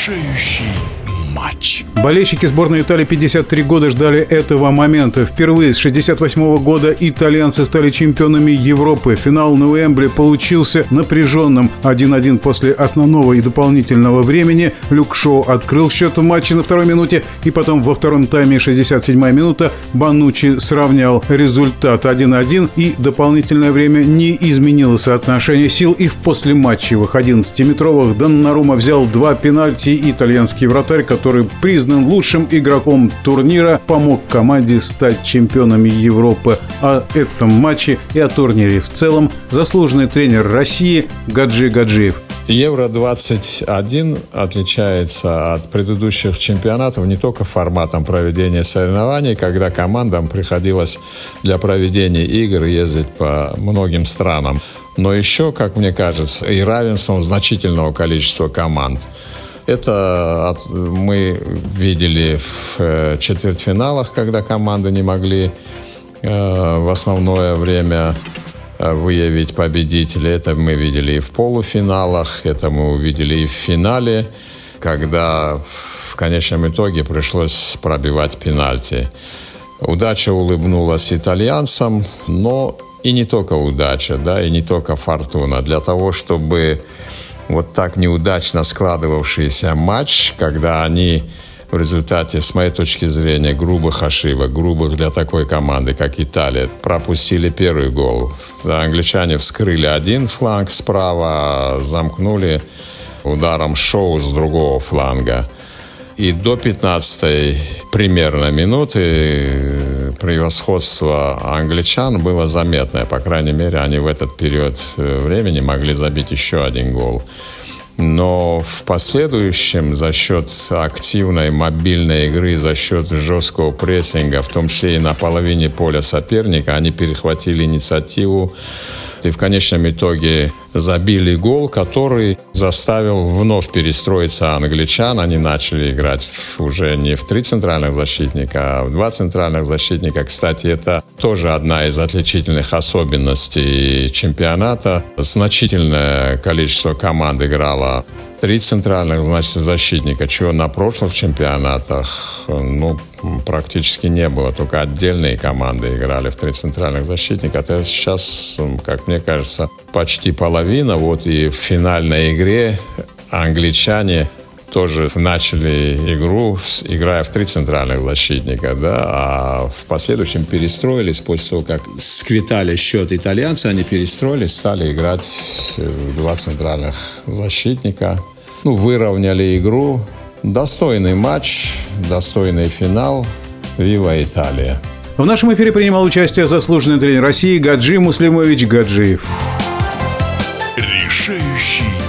Решающий матч. Болельщики сборной Италии 53 года ждали этого момента. Впервые с 1968 года итальянцы стали чемпионами Европы. Финал на Уэмбли получился напряженным. 1-1 после основного и дополнительного времени. Люк Шоу открыл счет в матче на второй минуте. И потом во втором тайме, 67-я минута, Бонуччи сравнял результат 1-1. И дополнительное время не изменило соотношение сил. И в послематчевых 11-метровых Донарума взял 2 пенальти. Итальянский вратарь, который признан лучшим игроком турнира, помог команде стать чемпионами Европы. О этом матче и о турнире в целом заслуженный тренер России Гаджи Гаджиев. Евро-21 отличается от предыдущих чемпионатов не только форматом проведения соревнований, когда командам приходилось для проведения игр ездить по многим странам, но еще, как мне кажется, и равенством значительного количества команд. Это мы видели в четвертьфиналах, когда команды не могли в основное время выявить победителя. Это мы видели и в полуфиналах, это мы увидели и в финале, когда в конечном итоге пришлось пробивать пенальти. Удача улыбнулась итальянцам, но и не только удача, и не только фортуна. Для того, чтобы вот так неудачно складывавшийся матч, когда они в результате, с моей точки зрения, грубых ошибок, грубых для такой команды, как Италия, пропустили первый гол. Англичане вскрыли один фланг справа, замкнули ударом Шоу с другого фланга. И до 15-й примерно минуты превосходство англичан было заметное. По крайней мере, они в этот период времени могли забить еще один гол. Но в последующем за счет активной мобильной игры, за счет жесткого прессинга, в том числе и на половине поля соперника, они перехватили инициативу и в конечном итоге забили гол, который заставил вновь перестроиться англичан. Они начали играть уже не в 3 центральных защитника, а в 2 центральных защитника. Кстати, это тоже одна из отличительных особенностей чемпионата. Значительное количество команд играло 3 центральных защитника, чего на прошлых чемпионатах практически не было. Только отдельные команды играли в 3 центральных защитника. Это сейчас, как мне кажется, почти половина. Вот и в финальной игре англичане тоже начали игру, играя в 3 центральных защитника, а в последующем перестроились, после того, как сквитали счет итальянцы, они перестроились, стали играть в 2 центральных защитника. Выровняли игру. Достойный матч, достойный финал. Вива Италия! В нашем эфире принимал участие заслуженный тренер России Гаджи Муслимович Гаджиев. Решающий